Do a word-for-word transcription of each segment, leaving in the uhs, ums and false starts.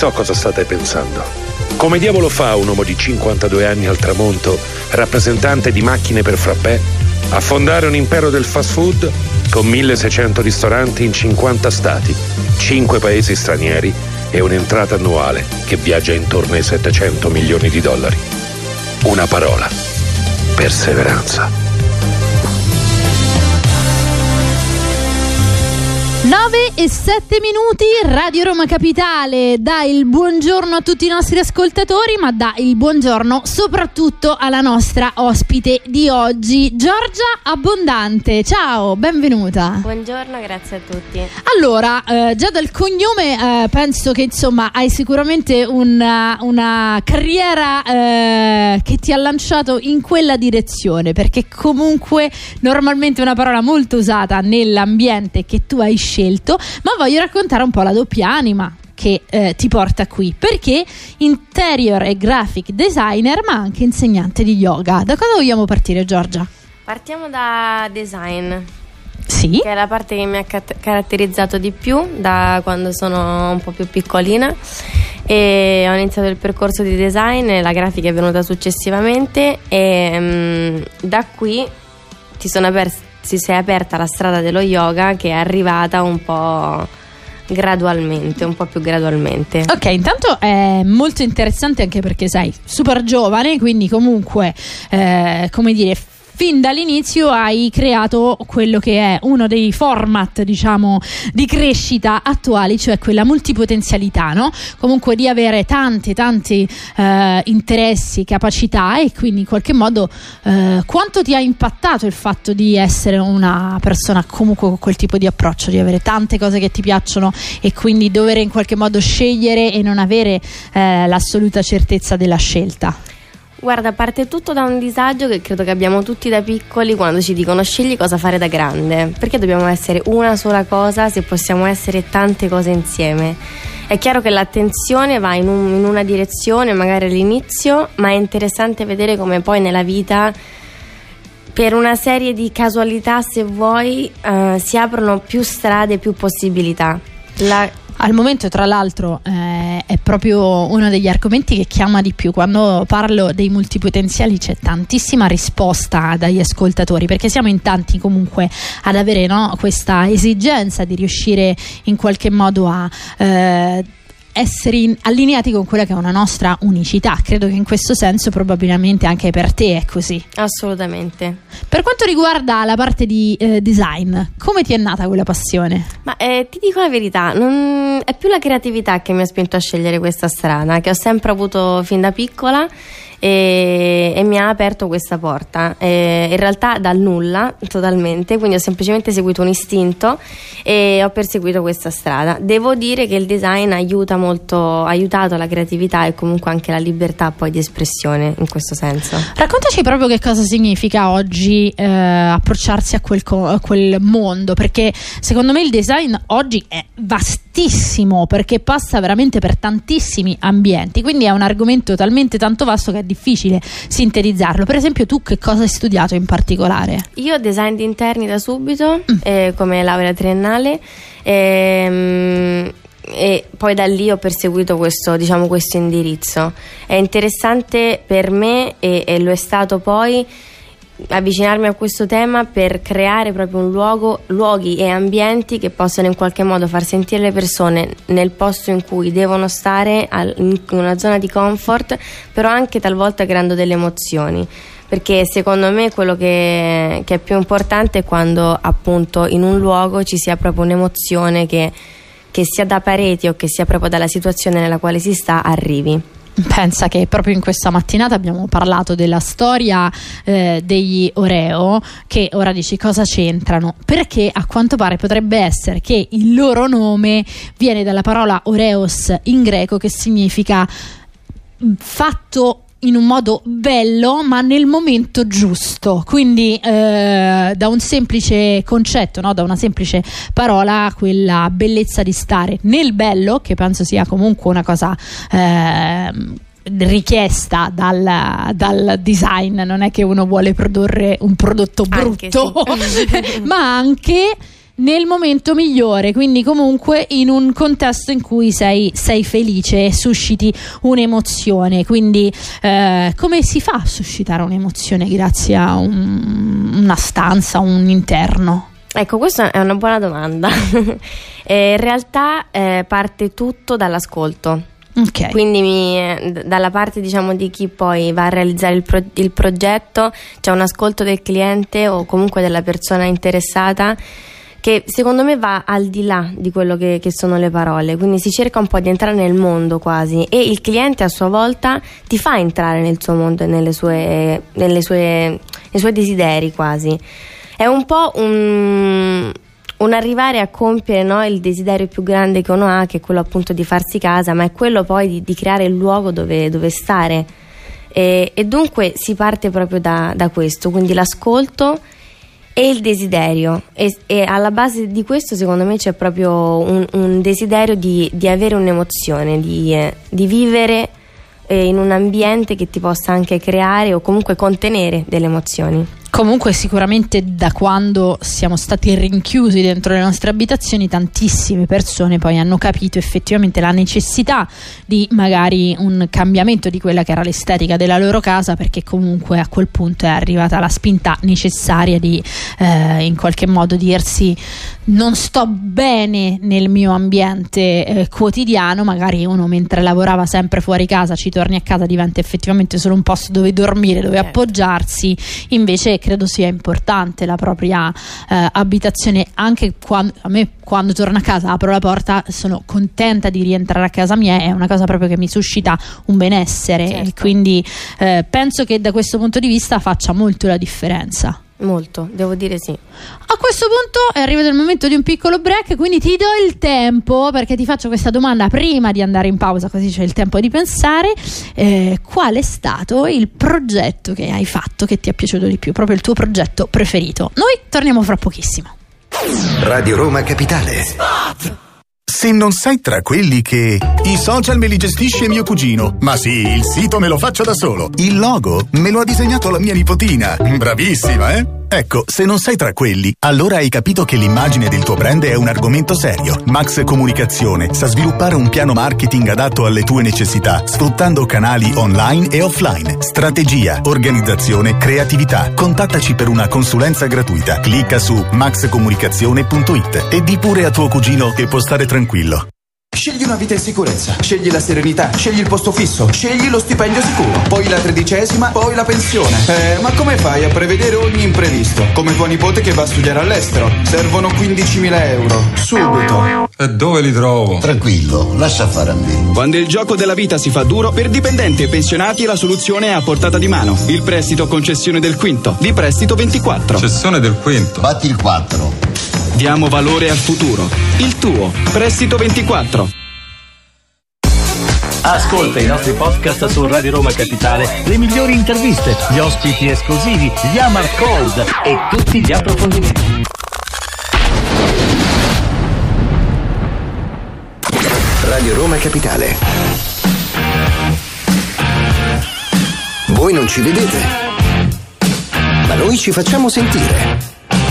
So cosa state pensando. Come diavolo fa un uomo di cinquantadue anni al tramonto, rappresentante di macchine per frappè, a fondare un impero del fast food con milleseicento ristoranti in cinquanta stati, cinque paesi stranieri e un'entrata annuale che viaggia intorno ai settecento milioni di dollari? Una parola: perseveranza. nove e sette minuti, Radio Roma Capitale dà il buongiorno a tutti i nostri ascoltatori, ma dà il buongiorno soprattutto alla nostra ospite di oggi, Giorgia Abbondante. Ciao, benvenuta. Buongiorno, grazie a tutti. Allora, eh, già dal cognome eh, penso che insomma hai sicuramente una, una carriera eh, che ti ha lanciato in quella direzione, perché comunque normalmente è una parola molto usata nell'ambiente che tu hai scelto, ma voglio raccontare un po' la doppia anima che eh, ti porta qui, perché interior e graphic designer ma anche insegnante di yoga. Da cosa vogliamo partire, Giorgia? Partiamo da design. Sì. Che è la parte che mi ha cat- caratterizzato di più da quando sono un po' più piccolina, e ho iniziato il percorso di design e la grafica è venuta successivamente, e um, da qui ti sono aperti si si è aperta la strada dello yoga, che è arrivata un po' gradualmente, un po' più gradualmente. Ok, intanto è molto interessante anche perché sei super giovane, quindi comunque eh, come dire, fin dall'inizio hai creato quello che è uno dei format, diciamo, di crescita attuali, cioè quella multipotenzialità, no? Comunque di avere tanti tanti eh, interessi, capacità, e quindi in qualche modo eh, quanto ti ha impattato il fatto di essere una persona comunque con quel tipo di approccio, di avere tante cose che ti piacciono e quindi dover in qualche modo scegliere e non avere eh, l'assoluta certezza della scelta? Guarda, parte tutto da un disagio che credo che abbiamo tutti da piccoli, quando ci dicono scegli cosa fare da grande, perché dobbiamo essere una sola cosa se possiamo essere tante cose insieme. È chiaro che l'attenzione va in, un, in una direzione magari all'inizio, ma è interessante vedere come poi nella vita, per una serie di casualità se vuoi, uh, si aprono più strade, più possibilità. La Al momento, tra l'altro, eh, è proprio uno degli argomenti che chiama di più. Quando parlo dei multipotenziali c'è tantissima risposta dagli ascoltatori, perché siamo in tanti comunque ad avere, no, questa esigenza di riuscire in qualche modo a eh, essere in, allineati con quella che è una nostra unicità. Credo che in questo senso probabilmente anche per te è così. Assolutamente. Per quanto riguarda la parte di eh, design, come ti è nata quella passione? Ma eh, ti dico la verità, non... è più la creatività che mi ha spinto a scegliere questa strada, che ho sempre avuto fin da piccola, e, e mi ha aperto questa porta, e in realtà dal nulla totalmente, quindi ho semplicemente seguito un istinto e ho perseguito questa strada. Devo dire che il design aiuta molto, ha aiutato la creatività e comunque anche la libertà poi di espressione in questo senso. Raccontaci proprio che cosa significa oggi eh, approcciarsi a quel, co- a quel mondo, perché secondo me il design oggi è vastissimo, perché passa veramente per tantissimi ambienti, quindi è un argomento talmente tanto vasto che è difficile sintetizzarlo. Per esempio, tu che cosa hai studiato in particolare? Io design di interni da subito, mm. eh, come laurea triennale, ehm, e poi da lì ho perseguito questo, diciamo, questo indirizzo. È interessante per me, e, e lo è stato poi, avvicinarmi a questo tema per creare proprio un luogo, luoghi e ambienti che possano in qualche modo far sentire le persone nel posto in cui devono stare, in una zona di comfort, però anche talvolta creando delle emozioni. Perché secondo me quello che, che è più importante è quando appunto in un luogo ci sia proprio un'emozione che, che sia da pareti o che sia proprio dalla situazione nella quale si sta arrivi. Pensa che proprio in questa mattinata abbiamo parlato della storia eh, degli Oreo, che ora dici cosa c'entrano, perché a quanto pare potrebbe essere che il loro nome viene dalla parola Oreos in greco, che significa fatto in un modo bello ma nel momento giusto, quindi eh, da un semplice concetto, no? Da una semplice parola, quella bellezza di stare nel bello, che penso sia comunque una cosa eh, richiesta dal, dal design. Non è che uno vuole produrre un prodotto brutto, anche sì. ma anche nel momento migliore, quindi comunque in un contesto in cui sei, sei felice e susciti un'emozione. Quindi eh, come si fa a suscitare un'emozione grazie a un, una stanza, un interno? Ecco, questa è una buona domanda. eh, in realtà eh, parte tutto dall'ascolto. Okay. Quindi mi, dalla parte diciamo di chi poi va a realizzare il, pro, il progetto c'è un ascolto del cliente o comunque della persona interessata che secondo me va al di là di quello che, che sono le parole, quindi si cerca un po' di entrare nel mondo quasi, e il cliente a sua volta ti fa entrare nel suo mondo e nelle sue, nelle sue, nei suoi desideri quasi. È un po' un... un arrivare a compiere, no, il desiderio più grande che uno ha, che è quello appunto di farsi casa, ma è quello poi di, di creare il luogo dove, dove stare, e, e dunque si parte proprio da, da questo, quindi l'ascolto e il desiderio, e, e alla base di questo secondo me c'è proprio un, un desiderio di, di avere un'emozione, di, eh, di vivere eh, in un ambiente che ti possa anche creare o comunque contenere delle emozioni. Comunque sicuramente da quando siamo stati rinchiusi dentro le nostre abitazioni tantissime persone poi hanno capito effettivamente la necessità di magari un cambiamento di quella che era l'estetica della loro casa, perché comunque a quel punto è arrivata la spinta necessaria di eh, in qualche modo dirsi: non sto bene nel mio ambiente eh, quotidiano. Magari uno mentre lavorava sempre fuori casa, ci torni a casa, diventa effettivamente solo un posto dove dormire, dove appoggiarsi. Invece credo sia importante la propria eh, abitazione. Anche quando, a me quando torno a casa apro la porta, sono contenta di rientrare a casa mia, è una cosa proprio che mi suscita un benessere. Certo. E quindi eh, penso che da questo punto di vista faccia molto la differenza. Molto, devo dire sì. A questo punto è arrivato il momento di un piccolo break, quindi ti do il tempo, perché ti faccio questa domanda prima di andare in pausa, così c'è il tempo di pensare. Eh, qual è stato il progetto che hai fatto che ti è piaciuto di più, proprio il tuo progetto preferito? Noi torniamo fra pochissimo. Radio Roma Capitale. Spot! Se non sei tra quelli che i social me li gestisce mio cugino, ma sì, il sito me lo faccio da solo, il logo me lo ha disegnato la mia nipotina, bravissima, eh? Ecco, se non sei tra quelli, allora hai capito che l'immagine del tuo brand è un argomento serio. Max Comunicazione sa sviluppare un piano marketing adatto alle tue necessità, sfruttando canali online e offline. Strategia, organizzazione, creatività. Contattaci per una consulenza gratuita. Clicca su max comunicazione punto it e di pure a tuo cugino che può stare tranquillo. Scegli una vita in sicurezza, scegli la serenità, scegli il posto fisso, scegli lo stipendio sicuro, poi la tredicesima, poi la pensione. Eh, ma come fai a prevedere ogni imprevisto? Come tua nipote che va a studiare all'estero. Servono quindicimila euro, subito. E dove li trovo? Tranquillo, lascia fare a me. Quando il gioco della vita si fa duro, per dipendenti e pensionati la soluzione è a portata di mano. Il prestito concessione del quinto, di Prestito ventiquattro. Cessione del quinto. Batti il quattro. Diamo valore al futuro. Il tuo Prestito ventiquattro. Ascolta i nostri podcast su Radio Roma Capitale, le migliori interviste, gli ospiti esclusivi, gli Amar Cold e tutti gli approfondimenti. Radio Roma Capitale. Voi non ci vedete, ma noi ci facciamo sentire.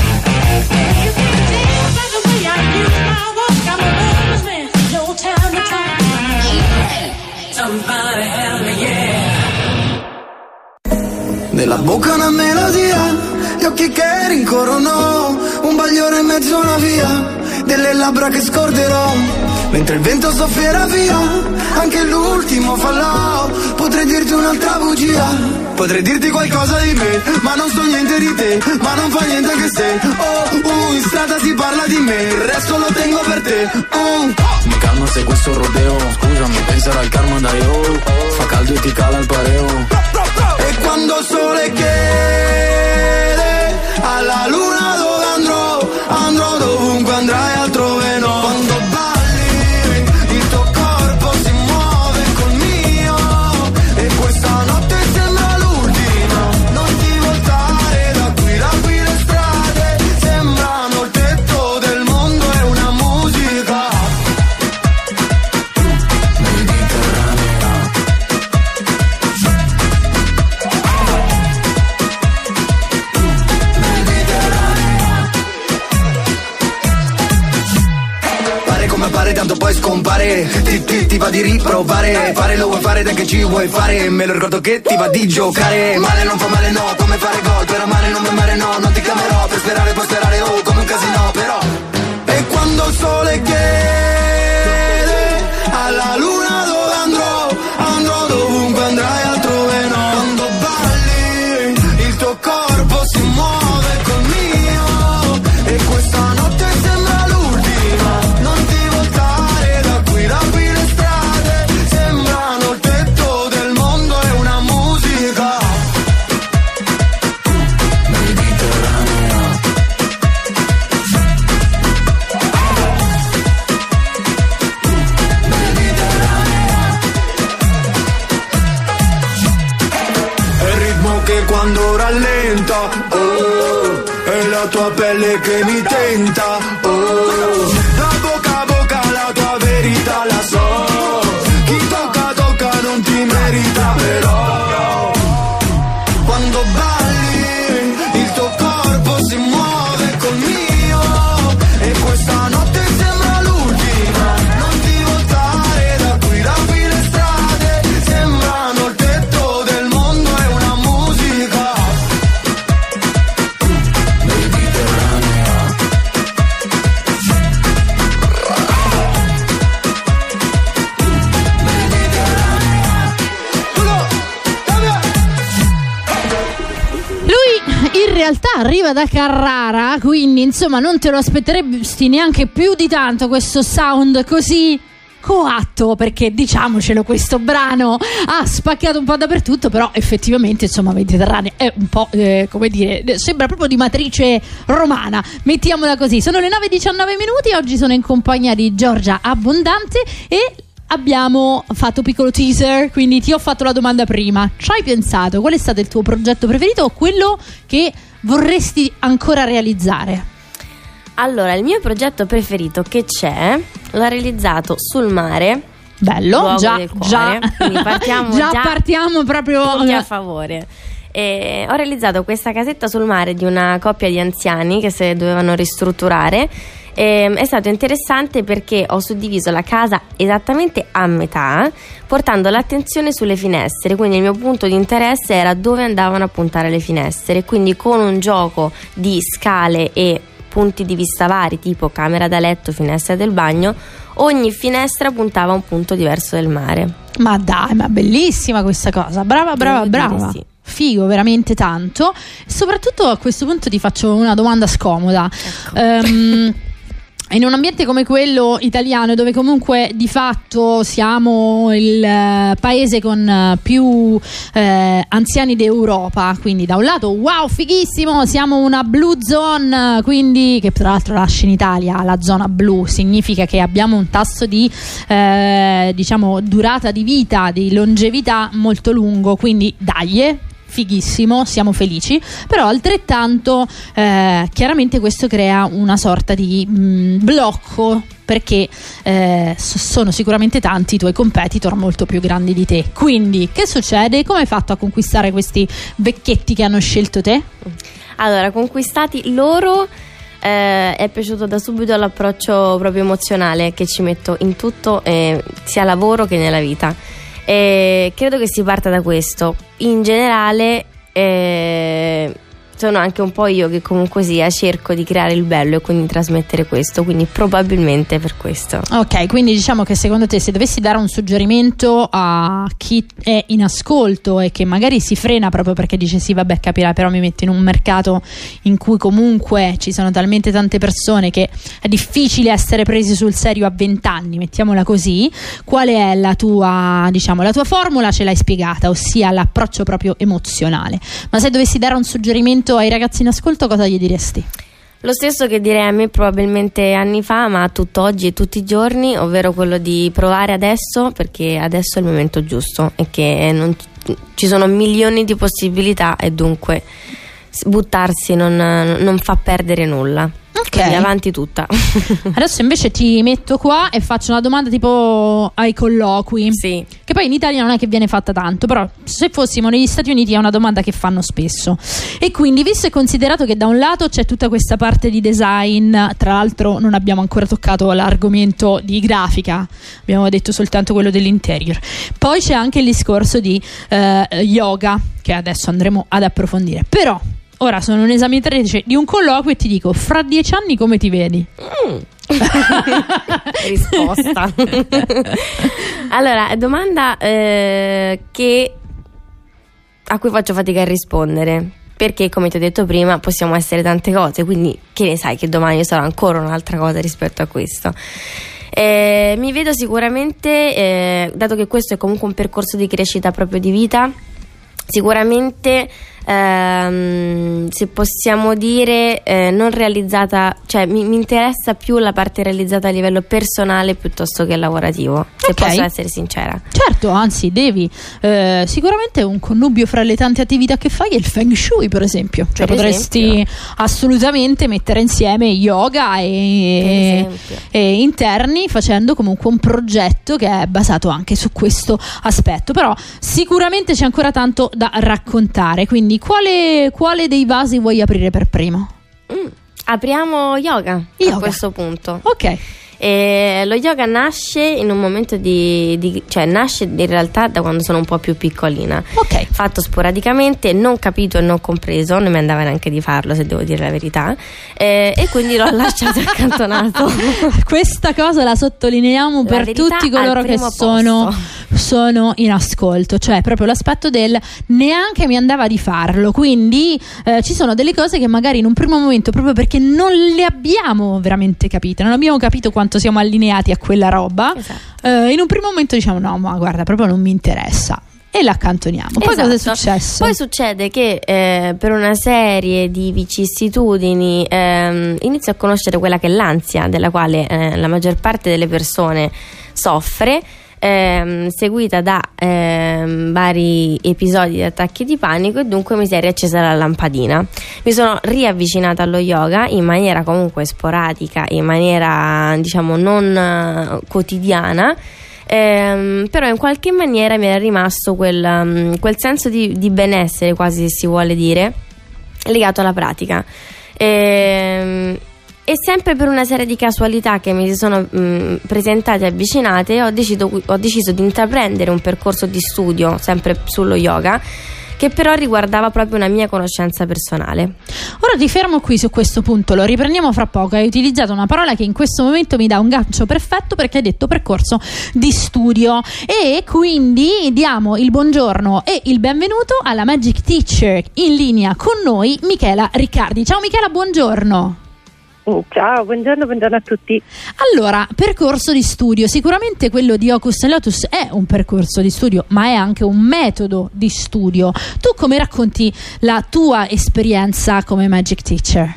Nella bocca una melodia, gli occhi che rincorrono, un bagliore in mezzo a una via, delle labbra che scorderò, mentre il vento soffierà via, anche l'ultimo fallò. Potrei dirti un'altra bugia, potrei dirti qualcosa di me, ma non so niente di te, ma non fa niente che se oh, uh, in strada si parla di me, il resto lo tengo per te. uh. Mi calma se questo rodeo, scusami, penserò al karma da io, fa caldo e ti cala il pareo. E quando il sole chiede alla luna dove andrò, andrò dovunque andrai altrove no. Quando balli il tuo corpo si muove col mio, e questa notte sembra l'ultima. Non ti voltare da qui, da qui le strade sembrano il tetto del mondo, è una musica mediterranea. fare, ti, ti, ti va di riprovare, fare lo vuoi fare, dai che ci vuoi fare, me lo ricordo che ti va di giocare, male non fa male no, come fare gol, per amare non mi male no, non ti chiamerò, per sperare puoi sperare oh, come un casino però, e quando il sole chiede, alla luna dove andrò, andrò dovunque andrai altrove no, quando balli, il tuo corpo si muove col mio, e questa notte sembra l'ultima, non ti voltare da qui, da qui le strade sembrano il tetto del mondo, è una musica mediterranea. È il ritmo che quando rallenta, oh, è la tua pelle che mi tenta, oh, da bocca a bocca la tua verità la so, chi tocca tocca non ti merita però, quando balli il tuo corpo si muove col mio, e questa notte sembra l'ultima, non ti voltare da qui, da qui le strade sembrano il tetto del mondo, è una musica Lui in realtà arriva da Carrara, quindi insomma non te lo aspetteresti neanche più di tanto questo sound così coatto, perché diciamocelo, questo brano ha spaccato un po' dappertutto, però effettivamente insomma Mediterranea è un po' eh, come dire, sembra proprio di matrice romana, mettiamola così. Sono le nove e diciannove minuti, oggi sono in compagnia di Giorgia Abbondante e abbiamo fatto piccolo teaser, quindi ti ho fatto la domanda prima. Ci hai pensato? Qual è stato il tuo progetto preferito o quello che vorresti ancora realizzare? Allora, il mio progetto preferito che c'è, l'ho realizzato sul mare. Bello, già, del cuore, già, quindi partiamo già, già partiamo proprio punti a favore. E ho realizzato questa casetta sul mare di una coppia di anziani che si dovevano ristrutturare. E è stato interessante perché ho suddiviso la casa esattamente a metà, portando l'attenzione sulle finestre, quindi il mio punto di interesse era dove andavano a puntare le finestre, quindi con un gioco di scale e punti di vista vari, tipo camera da letto, finestra del bagno, ogni finestra puntava a un punto diverso del mare. Ma dai, ma bellissima questa cosa, brava brava Devo brava dire sì. Figo, veramente tanto. Soprattutto a questo punto ti faccio una domanda scomoda. Ecco. Um, in un ambiente come quello italiano, dove comunque di fatto siamo il uh, paese con uh, più uh, anziani d'Europa, quindi da un lato wow fighissimo, siamo una blue zone, quindi che tra l'altro lascia in Italia la zona blu, significa che abbiamo un tasso di uh, diciamo durata di vita, di longevità molto lungo, quindi dai, fighissimo, siamo felici, però altrettanto eh, chiaramente questo crea una sorta di mh, blocco, perché eh, sono sicuramente tanti i tuoi competitor molto più grandi di te. Quindi che succede? Come hai fatto a conquistare questi vecchietti che hanno scelto te? Allora, conquistati loro, eh, è piaciuto da subito l'approccio proprio emozionale che ci metto in tutto, eh, sia lavoro che nella vita. E credo che si parta da questo. In generale eh, sono anche un po' io che comunque sia cerco di creare il bello e quindi trasmettere questo, quindi probabilmente per questo. Ok, quindi diciamo che secondo te, se dovessi dare un suggerimento a chi è in ascolto e che magari si frena proprio perché dice sì vabbè capirà, però mi metto in un mercato in cui comunque ci sono talmente tante persone che è difficile essere presi sul serio a vent'anni, mettiamola così, qual è la tua, diciamo, la tua formula? Ce l'hai spiegata, ossia l'approccio proprio emozionale, ma se dovessi dare un suggerimento ai ragazzi in ascolto, cosa gli diresti? Lo stesso che direi a me probabilmente anni fa, ma tutt'oggi e tutti i giorni, ovvero quello di provare adesso, perché adesso è il momento giusto e che non, ci sono milioni di possibilità e dunque buttarsi non, non fa perdere nulla. Ok, quindi avanti tutta. Adesso invece ti metto qua e faccio una domanda tipo ai colloqui. Sì. Che poi poi in Italia non è che viene fatta tanto, però se fossimo negli Stati Uniti è una domanda che fanno spesso. E quindi, visto e considerato che da un lato c'è tutta questa parte di design, tra l'altro non abbiamo ancora toccato l'argomento di grafica, abbiamo detto soltanto quello dell'interior, poi c'è anche il discorso di eh, yoga, che adesso andremo ad approfondire. Però ora sono un'esaminatrice di un colloquio e ti dico, fra dieci anni come ti vedi? Mm. Risposta. Allora, domanda eh, che a cui faccio fatica a rispondere, perché come ti ho detto prima possiamo essere tante cose, quindi che ne sai che domani sarà ancora un'altra cosa rispetto a questo. Eh, mi vedo sicuramente, eh, dato che questo è comunque un percorso di crescita proprio di vita, sicuramente ehm, se possiamo dire eh, non realizzata, cioè mi, mi interessa più la parte realizzata a livello personale piuttosto che lavorativo, se okay. posso essere sincera. Certo, anzi devi eh, sicuramente un connubio fra le tante attività che fai è il Feng Shui, per esempio, cioè per potresti esempio. assolutamente mettere insieme yoga e, e interni, facendo comunque un progetto che è basato anche su questo aspetto. Però sicuramente c'è ancora tanto da raccontare, quindi quale, quale dei vasi vuoi aprire per primo? Mm, apriamo yoga, yoga a questo punto. Ok. E lo yoga nasce in un momento di, di cioè nasce in realtà da quando sono un po' più piccolina. Ok. Fatto sporadicamente, non capito e non compreso, non mi andava neanche di farlo, se devo dire la verità, eh, e quindi l'ho lasciato accantonato. Questa cosa la sottolineiamo la per tutti coloro che sono, sono in ascolto, cioè proprio l'aspetto del neanche mi andava di farlo. Quindi eh, ci sono delle cose che magari in un primo momento, proprio perché non le abbiamo veramente capite, non abbiamo capito quanto siamo allineati a quella roba, esatto. eh, in un primo momento diciamo no, ma guarda, proprio non mi interessa, e l'accantoniamo. Poi esatto. Cosa è successo? Poi succede che eh, per una serie di vicissitudini eh, inizio a conoscere quella che è l'ansia, della quale eh, la maggior parte delle persone soffre, eh, seguita da eh, vari episodi di attacchi di panico, e dunque mi si è riaccesa la lampadina. Mi sono riavvicinata allo yoga in maniera comunque sporadica, in maniera diciamo non uh, quotidiana. Eh, però in qualche maniera mi era rimasto quel, um, quel senso di, di benessere, quasi si vuole dire, legato alla pratica. Eh, e sempre per una serie di casualità che mi si sono mh, presentate e avvicinate, ho deciso, ho deciso di intraprendere un percorso di studio sempre sullo yoga, che però riguardava proprio una mia conoscenza personale. Ora ti fermo qui su questo punto, lo riprendiamo fra poco. Hai utilizzato una parola che in questo momento mi dà un gancio perfetto, perché hai detto percorso di studio, e quindi diamo il buongiorno e il benvenuto alla Magic Teacher in linea con noi, Michela Riccardi. Ciao Michela, buongiorno. Ciao, buongiorno, buongiorno a tutti. Allora, percorso di studio, sicuramente quello di Hocus and Lotus è un percorso di studio, ma è anche un metodo di studio. Tu come racconti la tua esperienza come Magic Teacher?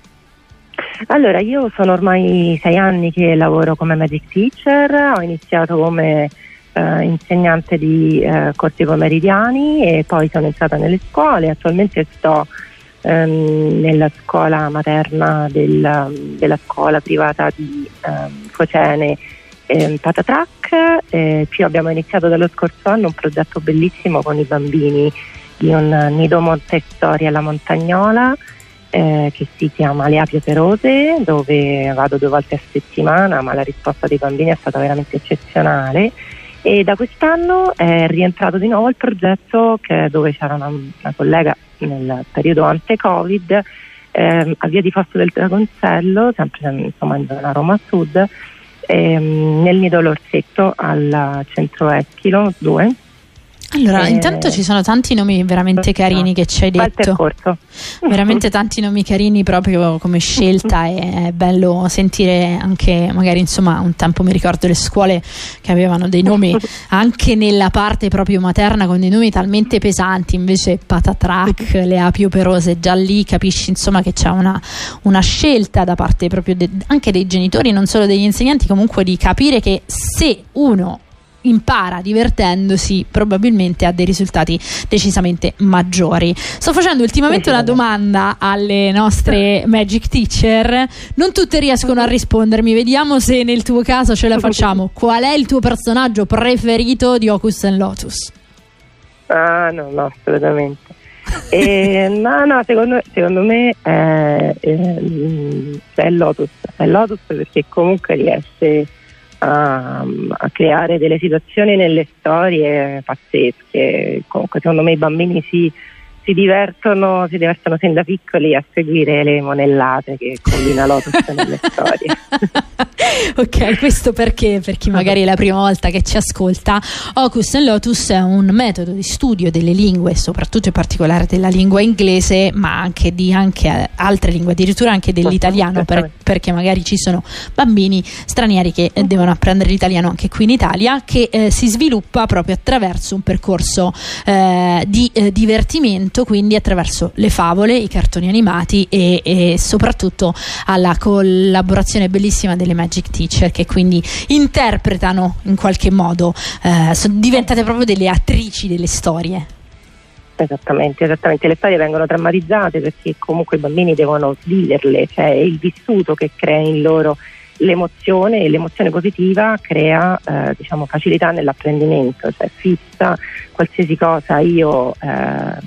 Allora, io sono ormai sei anni che lavoro come Magic Teacher. Ho iniziato come eh, insegnante di eh, corsi pomeridiani e poi sono entrata nelle scuole. Attualmente sto nella scuola materna del, della scuola privata di um, Focene, eh, Patatrac. Eh, più abbiamo iniziato dallo scorso anno un progetto bellissimo con i bambini di un nido Montessori alla Montagnola, eh, che si chiama Le Api Operose, dove vado due volte a settimana, ma la risposta dei bambini è stata veramente eccezionale. E da quest'anno è rientrato di nuovo il progetto, che dove c'era una, una collega nel periodo ante-Covid, ehm, a Via di Fosso del Dragoncello, sempre insomma in zona Roma Sud, ehm, nel nido L'Orsetto al centro Eschilo due. Allora, eh, intanto ci sono tanti nomi veramente carini che ci hai detto, veramente tanti nomi carini proprio come scelta, e è bello sentire anche, magari insomma un tempo mi ricordo le scuole che avevano dei nomi anche nella parte proprio materna con dei nomi talmente pesanti, invece Patatrac, Le Api Operose, già lì capisci insomma che c'è una, una scelta da parte proprio de, anche dei genitori, non solo degli insegnanti, comunque di capire che se uno impara divertendosi, probabilmente ha dei risultati decisamente maggiori. Sto facendo ultimamente una domanda alle nostre Magic Teacher, non tutte riescono a rispondermi, vediamo se nel tuo caso ce la facciamo. Qual è il tuo personaggio preferito di Hocus and Lotus? Ah no, no, assolutamente. E, no, no, secondo, secondo me è, è, è Lotus, è Lotus perché comunque riesce a, a creare delle situazioni nelle storie pazzesche. Comunque secondo me i bambini si, si divertono, si divertono sin da piccoli a seguire le monellate che combina Lotus nelle storie. Ok, questo perché per chi magari è la prima volta che ci ascolta, Hocus and Lotus è un metodo di studio delle lingue, soprattutto in particolare della lingua inglese, ma anche di anche altre lingue, addirittura anche dell'italiano, per, perché magari ci sono bambini stranieri che eh, devono apprendere l'italiano anche qui in Italia, che eh, si sviluppa proprio attraverso un percorso eh, di eh, divertimento, quindi attraverso le favole, i cartoni animati e, e soprattutto alla collaborazione bellissima delle Magic Teacher, che quindi interpretano in qualche modo, eh, sono diventate proprio delle attrici delle storie. Esattamente, esattamente, le storie vengono drammatizzate perché comunque i bambini devono viverle, cioè è il vissuto che crea in loro l'emozione, e l'emozione positiva crea eh, diciamo facilità nell'apprendimento, cioè fissa qualsiasi cosa io eh,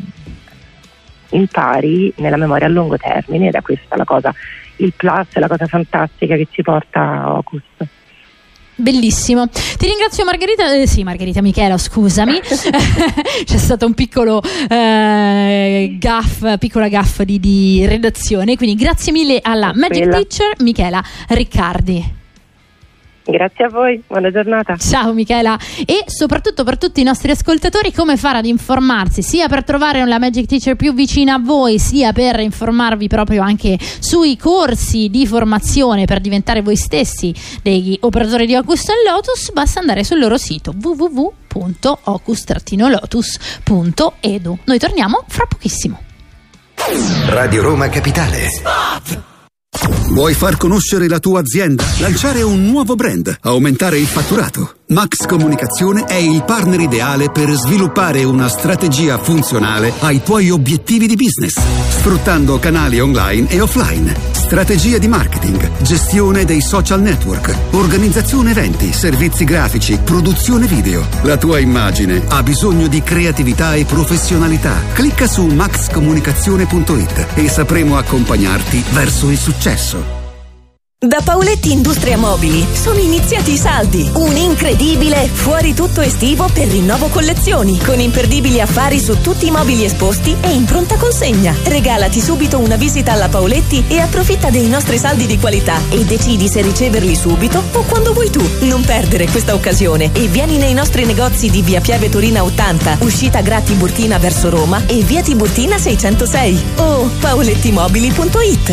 impari nella memoria a lungo termine, ed è questa la cosa, il plus, la cosa fantastica che ci porta Hocus. Bellissimo, ti ringrazio Margherita, eh, sì Margherita Michela, scusami, c'è stato un piccolo eh, gaff, piccola gaff di, di redazione, quindi grazie mille alla Magic Bella. Teacher Michela Riccardi. Grazie a voi, buona giornata. Ciao Michela. E soprattutto per tutti i nostri ascoltatori, come fare ad informarsi sia per trovare la Magic Teacher più vicina a voi, sia per informarvi proprio anche sui corsi di formazione per diventare voi stessi degli operatori di Hocus and Lotus. Basta andare sul loro sito w w w punto hocus lotus punto e d u. Noi torniamo fra pochissimo. Radio Roma Capitale. Spot! Vuoi far conoscere la tua azienda? Lanciare un nuovo brand? Aumentare il fatturato? Max Comunicazione è il partner ideale per sviluppare una strategia funzionale ai tuoi obiettivi di business, sfruttando canali online e offline, strategie di marketing, gestione dei social network, organizzazione eventi, servizi grafici, produzione video. La tua immagine ha bisogno di creatività e professionalità. Clicca su max comunicazione punto it e sapremo accompagnarti verso il successo. Da Paoletti Industria Mobili sono iniziati i saldi, un incredibile fuori tutto estivo per rinnovo collezioni, con imperdibili affari su tutti i mobili esposti e in pronta consegna. Regalati subito una visita alla Paoletti e approfitta dei nostri saldi di qualità e decidi se riceverli subito o quando vuoi tu. Non perdere questa occasione e vieni nei nostri negozi di via Pieve Torina ottanta, uscita Gra Tiburtina verso Roma, e via Tiburtina seicentosei o paolettimobili punto it.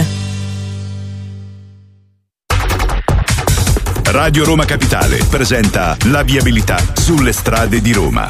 Radio Roma Capitale presenta la viabilità sulle strade di Roma.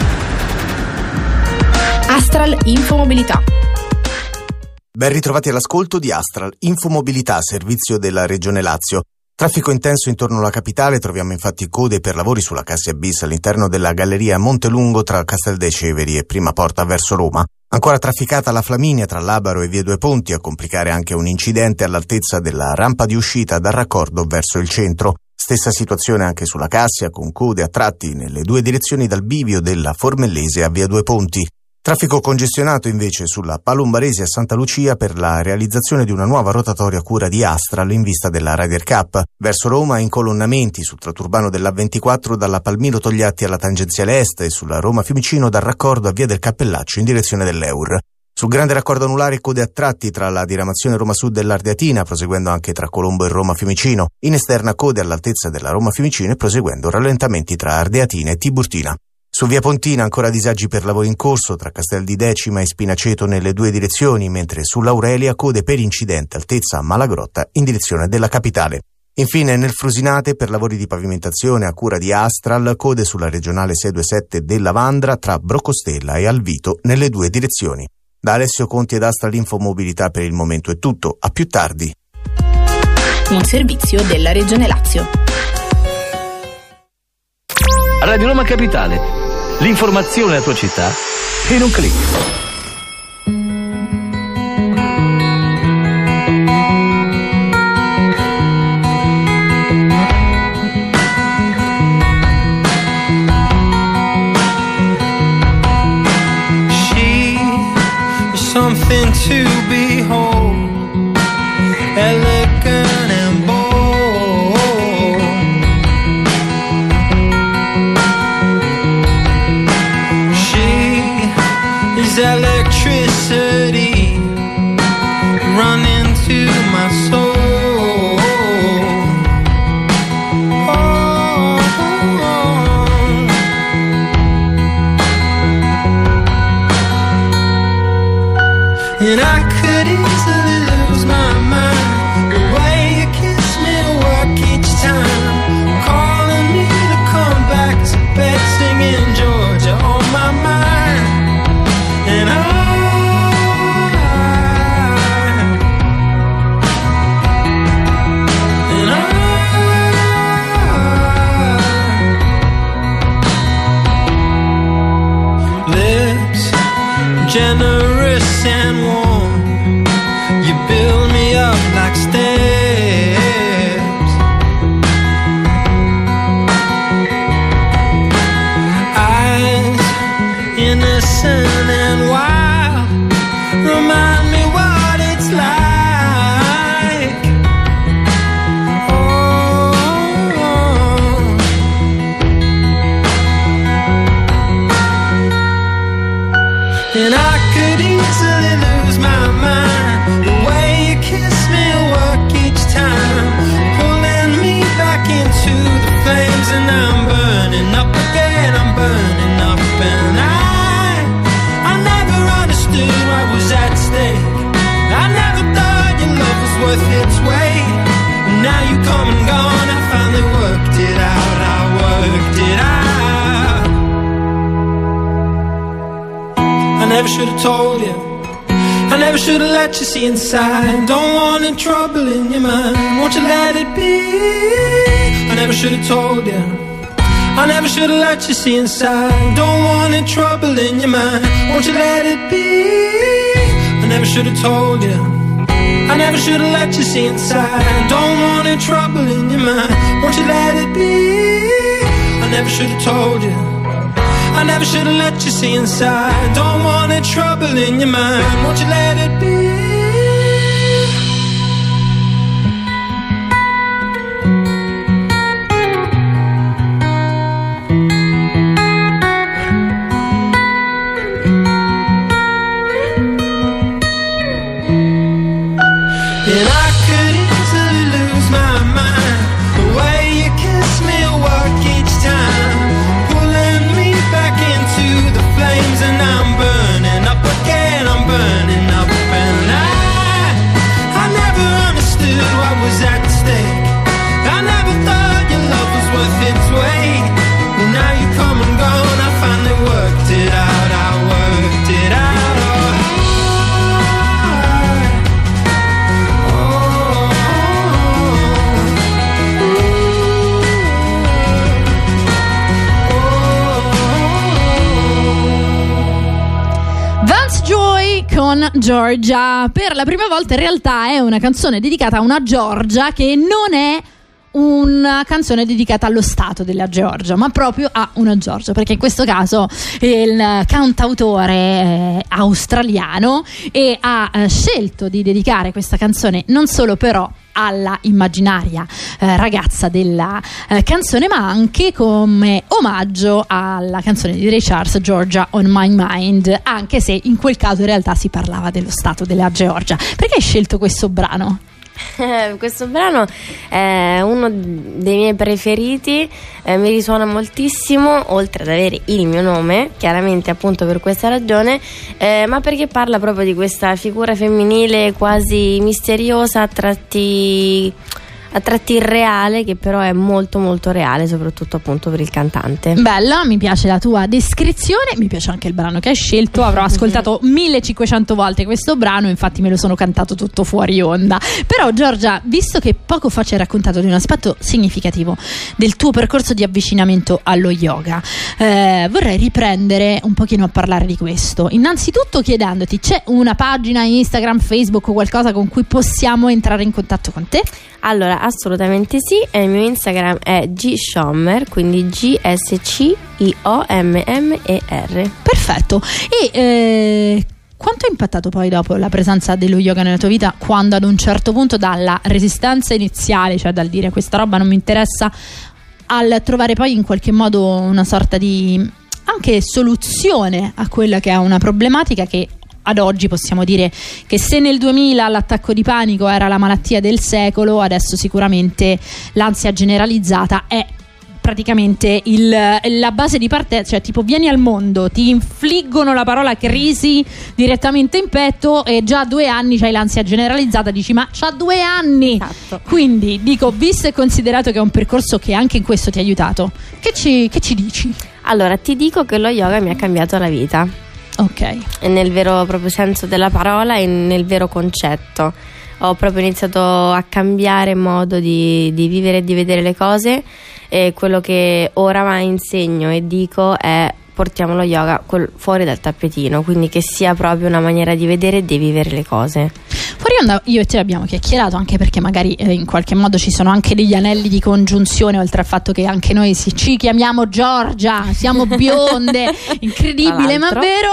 Astral Infomobilità. Ben ritrovati all'ascolto di Astral Infomobilità, servizio della Regione Lazio. Traffico intenso intorno alla capitale, troviamo infatti code per lavori sulla Cassia Bis all'interno della galleria Montelungo tra Castel dei Ceveri e Prima Porta verso Roma. Ancora trafficata la Flaminia tra Labaro e Via Due Ponti, a complicare anche un incidente all'altezza della rampa di uscita dal raccordo verso il centro. Stessa situazione anche sulla Cassia, con code a tratti nelle due direzioni dal bivio della Formellese a Via Due Ponti. Traffico congestionato invece sulla Palombarese a Santa Lucia per la realizzazione di una nuova rotatoria a cura di Astral in vista della Ryder Cup. Verso Roma incolonnamenti sul tratto urbano dell'A ventiquattro dalla Palmiro Togliatti alla tangenziale est e sulla Roma Fiumicino dal raccordo a Via del Cappellaccio in direzione dell'Eur. Sul grande raccordo anulare code a tratti tra la diramazione Roma Sud e l'Ardeatina, proseguendo anche tra Colombo e Roma Fiumicino. In esterna code all'altezza della Roma Fiumicino e proseguendo rallentamenti tra Ardeatina e Tiburtina. Su via Pontina ancora disagi per lavori in corso tra Castel di Decima e Spinaceto nelle due direzioni, mentre sull'Aurelia code per incidente altezza Malagrotta in direzione della capitale. Infine nel Frusinate per lavori di pavimentazione a cura di Astral code sulla regionale sei due sette della Vandra tra Brocostella e Alvito nelle due direzioni. Da Alessio Conti ed Astral Infomobilità per il momento è tutto, a più tardi. Un servizio della Regione Lazio. Radio Roma Capitale. L'informazione della tua città in un clic. Something to behold, elegant and bold. She is electricity running to my soul. And I could easily lose my mind, the way you kiss me to work each time, calling me to come back to bed, singing Georgia on my mind. And I, and I, lips generous and warm, you build me up like steps. Eyes innocent and wild, remind me what it's like. Oh, and I could easily lose my mind, the way you kiss me work each time, pulling me back into the flames, and I'm burning up again, I'm burning up. And I, I never understood what was at stake, I never thought your love was worth its weight. And now you come and gone, I finally worked it out, I worked it out. I never should have told you, I never should have let you see inside. Don't want any trouble in your mind, won't you let it be? I never should have told you, I never should have let you see inside. Don't want any trouble in your mind, won't you let it be? I never should have told you, I never should have let you see inside. Don't want any trouble in your mind, won't you let it be? I never should have told you, I never should have let you see inside. Don't want any trouble in your mind, won't you let it be? And I could easily lose my mind, the way you kiss me work each time, pulling me back into the flames, and I'm burning up again, I'm burning up. And I, I never understood what was at stake, I never thought your love was worth its weight. But now you come and gone, I finally worked it out, I worked it out. Con Georgia, per la prima volta in realtà è una canzone dedicata a una Georgia che non è una canzone dedicata allo stato della Georgia, ma proprio a una Georgia, perché in questo caso il cantautore è australiano e ha eh, scelto di dedicare questa canzone non solo però alla immaginaria eh, ragazza della eh, canzone, ma anche come omaggio alla canzone di Ray Charles, Georgia on My Mind, anche se in quel caso in realtà si parlava dello stato della Georgia. Perché hai scelto questo brano? Eh, questo brano è uno dei miei preferiti, eh, mi risuona moltissimo, oltre ad avere il mio nome, chiaramente appunto per questa ragione, eh, ma perché parla proprio di questa figura femminile quasi misteriosa, a tratti a tratti irreale, che però è molto molto reale, soprattutto appunto per il cantante. Bella, mi piace la tua descrizione, mi piace anche il brano che hai scelto. Avrò ascoltato millecinquecento volte questo brano, infatti me lo sono cantato tutto fuori onda. Però Giorgia, visto che poco fa ci hai raccontato di un aspetto significativo del tuo percorso di avvicinamento allo yoga, eh, vorrei riprendere un pochino a parlare di questo. Innanzitutto chiedendoti, c'è una pagina Instagram, Facebook o qualcosa con cui possiamo entrare in contatto con te? Allora, assolutamente sì, e il mio Instagram è gshommer, quindi G S C I O M M E R. Perfetto. E eh, quanto ha impattato poi dopo la presenza dello yoga nella tua vita, quando ad un certo punto, dalla resistenza iniziale, cioè dal dire questa roba non mi interessa, al trovare poi in qualche modo una sorta di anche soluzione a quella che è una problematica che ad oggi possiamo dire che se nel duemila l'attacco di panico era la malattia del secolo, adesso sicuramente l'ansia generalizzata è praticamente il, la base di partenza, cioè tipo vieni al mondo, ti infliggono la parola crisi direttamente in petto e già a due anni c'hai l'ansia generalizzata, dici ma c'ha due anni. Esatto. Quindi dico, visto e considerato che è un percorso che anche in questo ti ha aiutato, che ci, che ci dici? Allora, ti dico che lo yoga mi ha cambiato la vita. Ok. E nel vero proprio senso della parola e nel vero concetto. Ho proprio iniziato a cambiare modo di, di vivere e di vedere le cose, e quello che ora insegno e dico è: portiamo lo yoga fuori dal tappetino, quindi che sia proprio una maniera di vedere e di vivere le cose. Fuori onda io e te abbiamo chiacchierato, anche perché magari eh, in qualche modo ci sono anche degli anelli di congiunzione, oltre al fatto che anche noi si, ci chiamiamo Giorgia, siamo bionde, incredibile ma vero.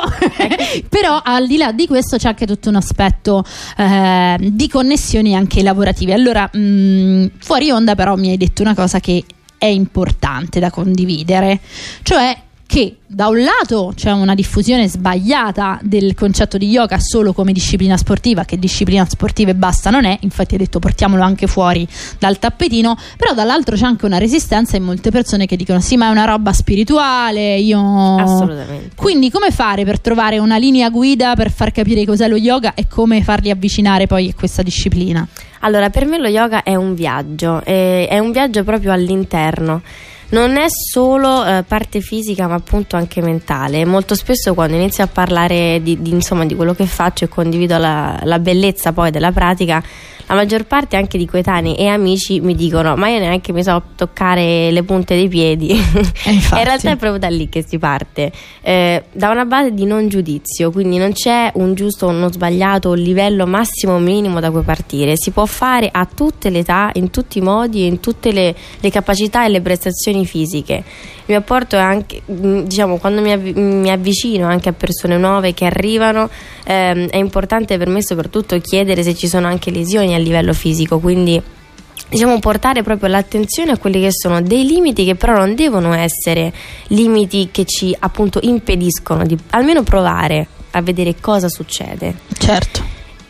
Però al di là di questo c'è anche tutto un aspetto eh, di connessioni anche lavorative. Allora mh, fuori onda però mi hai detto una cosa che è importante da condividere, cioè che da un lato c'è una diffusione sbagliata del concetto di yoga solo come disciplina sportiva, che disciplina sportiva e basta non è, infatti hai detto portiamolo anche fuori dal tappetino, però dall'altro c'è anche una resistenza in molte persone che dicono sì ma è una roba spirituale, io... Assolutamente. Quindi come fare per trovare una linea guida per far capire cos'è lo yoga e come farli avvicinare poi a questa disciplina? Allora, per me lo yoga è un viaggio, è, è un viaggio proprio all'interno. Non è solo eh, parte fisica, ma appunto anche mentale. Molto spesso quando inizio a parlare di, di, insomma, di quello che faccio e condivido la, la bellezza poi della pratica, la maggior parte anche di coetanei e amici mi dicono ma io neanche mi so toccare le punte dei piedi. E in realtà è proprio da lì che si parte, eh, da una base di non giudizio, quindi non c'è un giusto o uno sbagliato, un livello massimo o minimo da cui partire. Si può fare a tutte le età, in tutti i modi e in tutte le, le capacità e le prestazioni fisiche. Il mio apporto è anche, diciamo, quando mi, avv- mi avvicino anche a persone nuove che arrivano, ehm, è importante per me soprattutto chiedere se ci sono anche lesioni a livello fisico, quindi diciamo portare proprio l'attenzione a quelli che sono dei limiti, che però non devono essere limiti che ci appunto impediscono di almeno provare a vedere cosa succede. Certo.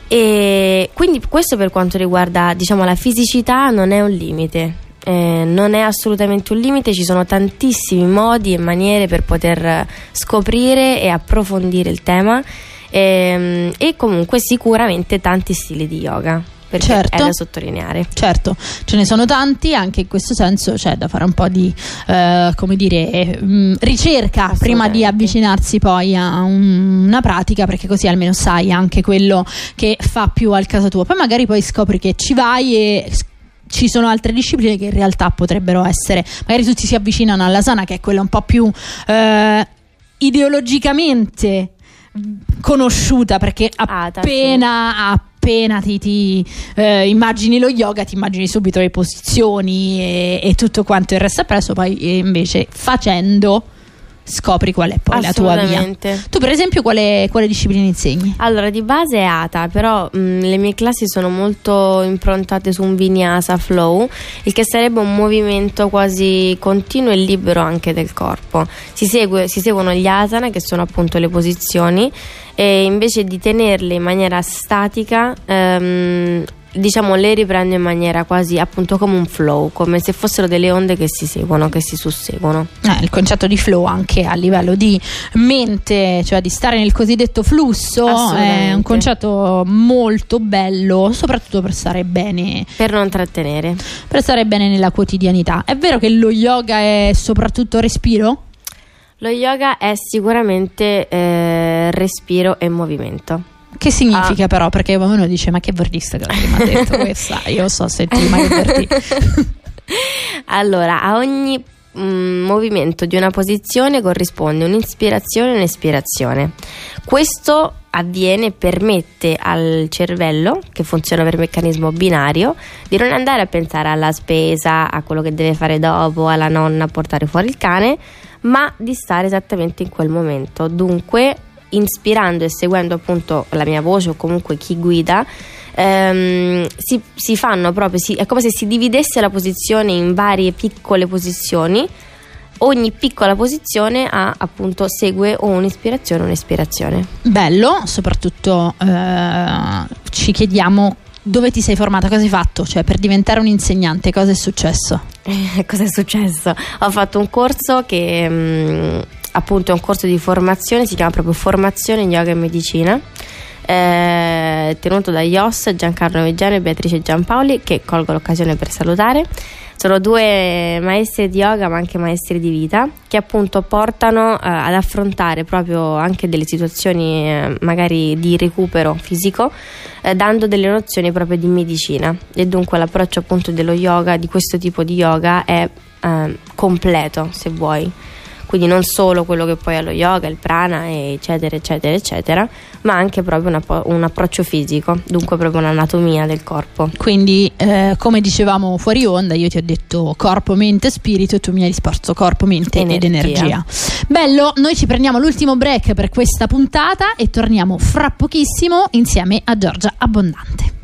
E quindi questo per quanto riguarda, diciamo, la fisicità non è un limite. Eh, non è assolutamente un limite, ci sono tantissimi modi e maniere per poter scoprire e approfondire il tema, ehm, e comunque sicuramente tanti stili di yoga, perché certo, è da sottolineare. Certo, ce ne sono tanti, anche in questo senso c'è da fare un po' di eh, come dire mh, ricerca prima di avvicinarsi poi a un, una pratica, perché così almeno sai anche quello che fa più al caso tuo. Poi magari poi scopri che ci vai e ci sono altre discipline che in realtà potrebbero essere, magari tutti si avvicinano all'asana, che è quella un po' più eh, ideologicamente conosciuta, perché appena appena ti, ti eh, immagini lo yoga ti immagini subito le posizioni e, e tutto quanto il resto appresso, poi eh, invece facendo scopri qual è poi la tua via. Tu per esempio quale, quale disciplina insegni? Allora, di base è Hatha, però mh, le mie classi sono molto improntate su un Vinyasa flow, il che sarebbe un movimento quasi continuo e libero anche del corpo. Si, segue, si seguono gli asana, che sono appunto le posizioni, e invece di tenerle in maniera statica ehm, diciamo le riprendo in maniera quasi appunto come un flow, come se fossero delle onde che si seguono, che si susseguono. Eh, il concetto di flow anche a livello di mente, cioè di stare nel cosiddetto flusso, è un concetto molto bello, soprattutto per stare bene, per non trattenere, per stare bene nella quotidianità. È vero che lo yoga è soprattutto respiro? Lo yoga è sicuramente eh, respiro e movimento. Che significa ah. però? Perché uno dice ma che verdista che mi ha detto questa, io so sentire ma che verdi. Allora, a ogni mm, movimento di una posizione corrisponde un'ispirazione e un'espirazione. Questo avviene, permette al cervello, che funziona per meccanismo binario, di non andare a pensare alla spesa, a quello che deve fare dopo, alla nonna a portare fuori il cane, ma di stare esattamente in quel momento. Dunque, inspirando e seguendo appunto la mia voce o comunque chi guida, ehm, si, si fanno proprio, si, è come se si dividesse la posizione in varie piccole posizioni. Ogni piccola posizione ha appunto segue o un'ispirazione o un'espirazione. Bello, soprattutto eh, ci chiediamo dove ti sei formata, cosa hai fatto, cioè per diventare un insegnante cosa è successo? Eh, cosa è successo? Ho fatto un corso che mh, appunto è un corso di formazione, si chiama proprio Formazione in Yoga e Medicina, eh, tenuto da I O S Giancarlo Noveggiano e Beatrice Giampaoli, che colgo l'occasione per salutare. Sono due maestri di yoga ma anche maestri di vita, che appunto portano eh, ad affrontare proprio anche delle situazioni eh, magari di recupero fisico, eh, dando delle nozioni proprio di medicina. E dunque l'approccio appunto dello yoga, di questo tipo di yoga, è eh, completo, se vuoi. Quindi non solo quello che poi è lo yoga, il prana, eccetera eccetera eccetera, ma anche proprio una, un approccio fisico, dunque proprio un'anatomia del corpo. Quindi eh, come dicevamo fuori onda, io ti ho detto corpo, mente, spirito, e tu mi hai risposto corpo, mente energia. ed energia. Bello, noi ci prendiamo l'ultimo break per questa puntata e torniamo fra pochissimo insieme a Giorgia Abbondante.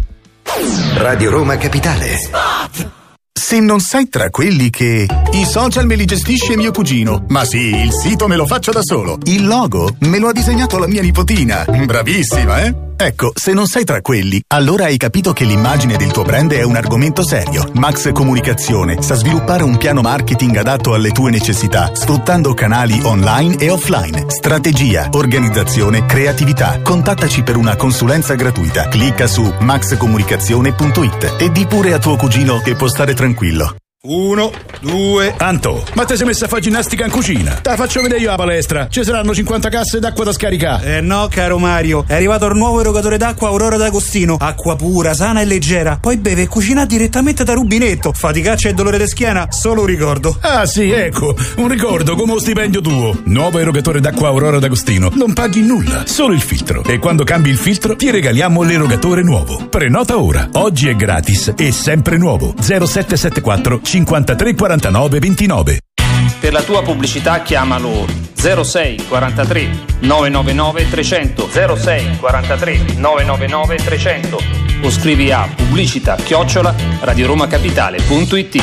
Radio Roma Capitale. Spot! Se non sei tra quelli che i social me li gestisce mio cugino, ma sì, il sito me lo faccio da solo, il logo me lo ha disegnato la mia nipotina, bravissima, eh? Ecco, se non sei tra quelli, allora hai capito che l'immagine del tuo brand è un argomento serio. Max Comunicazione sa sviluppare un piano marketing adatto alle tue necessità, sfruttando canali online e offline. Strategia, organizzazione, creatività. Contattaci per una consulenza gratuita. Clicca su max comunicazione punto it e di pure a tuo cugino che può stare tranquillo. Uno, due... Anto, ma te sei messa a fare ginnastica in cucina? Te la faccio vedere io la palestra. Ci saranno cinquanta casse d'acqua da scaricare. Eh no, caro Mario, è arrivato il nuovo erogatore d'acqua Aurora d'Agostino. Acqua pura, sana e leggera. Poi beve e cucina direttamente da rubinetto. Faticaccia e dolore di schiena, solo un ricordo. Ah sì, ecco, un ricordo come lo stipendio tuo. Nuovo erogatore d'acqua Aurora d'Agostino. Non paghi nulla, solo il filtro. E quando cambi il filtro ti regaliamo l'erogatore nuovo. Prenota ora. Oggi è gratis e sempre nuovo. zero sette sette quattro cinquantatré quarantanove ventinove. Per la tua pubblicità chiamalo zero sei quarantatré novecentonovantanove trecento zero sei quarantatré novecentonovantanove trecento o scrivi a pubblicità chiocciola radioromacapitale punto it.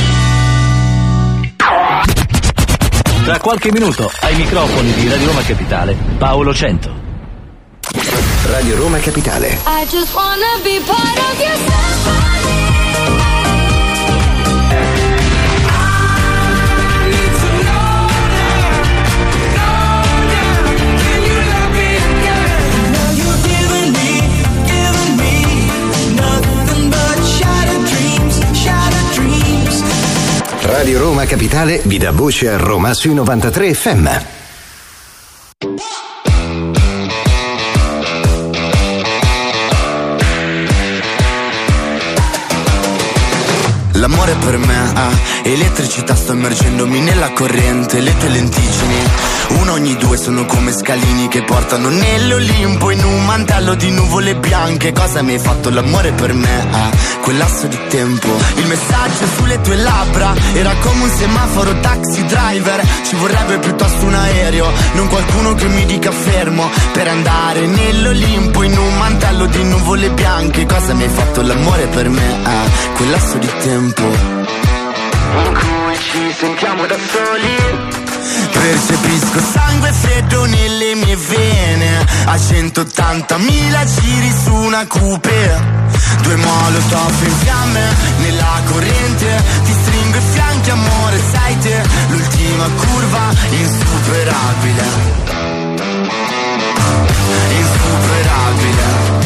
Tra qualche minuto ai microfoni di Radio Roma Capitale Paolo Cento. Radio Roma Capitale. I just wanna be part of your symphony. Radio Roma Capitale vi dà voce a Roma sui novantatré F M. L'amore per me ha elettricità, sto immergendomi nella corrente, le tue lenticini, uno ogni due sono come scalini che portano nell'Olimpo in un mantello di nuvole bianche. Cosa mi hai fatto l'amore per me ha quel lasso di tempo, il messaggio sulle tue labbra era come un semaforo taxi driver, ci vorrebbe piuttosto un aereo, non qualcuno che mi dica fermo per andare nell'Olimpo in un mantello di nuvole bianche. Cosa mi hai fatto l'amore per me ha quel lasso di tempo in cui ci sentiamo da soli. Percepisco sangue freddo nelle mie vene a centottantamila giri su una coupe. Due molotov in fiamme nella corrente, ti stringo i fianchi amore, sai te, l'ultima curva insuperabile, insuperabile,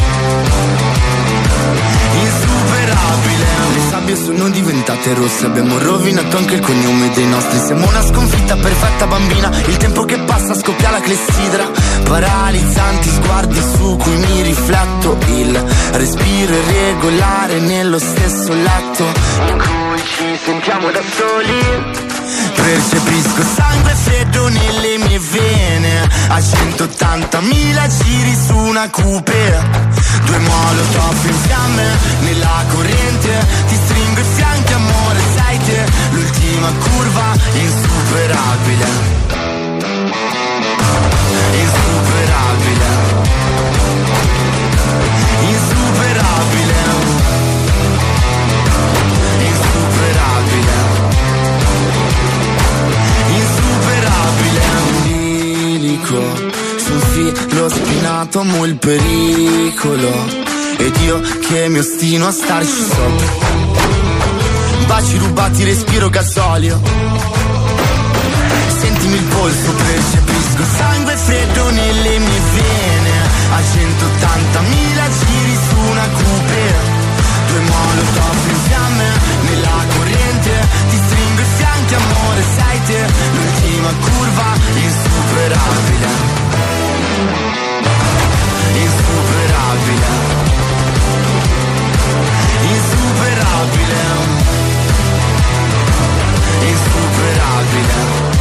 insuperabile. Le sabbie sono diventate rosse, abbiamo rovinato anche il cognome dei nostri. Siamo una sconfitta perfetta bambina, il tempo che passa scoppia la clessidra. Paralizzanti sguardi su cui mi rifletto, il respiro irregolare nello stesso letto in cui ci sentiamo da soli. Percepisco sangue freddo nelle mie vene, a centottantamila giri su una coupe. Due molotov in fiamme nella corrente, ti stringo i fianchi amore, sai te, l'ultima curva insuperabile, insuperabile, insuperabile, insuperabile, insuperabile. Un bilico sul filo spinato, amo il pericolo, ed io che mi ostino a starci sopra. Baci rubati, respiro gasolio, sentimi il polso, percepisco sangue freddo nelle mie vene, a centottantamila giri su una coupe. Due molotov in fiamme nella corrente, ti stringo i fianchi amore, sai te, l'ultima curva insuperabile, insuperabile, insuperabile, insuperabile,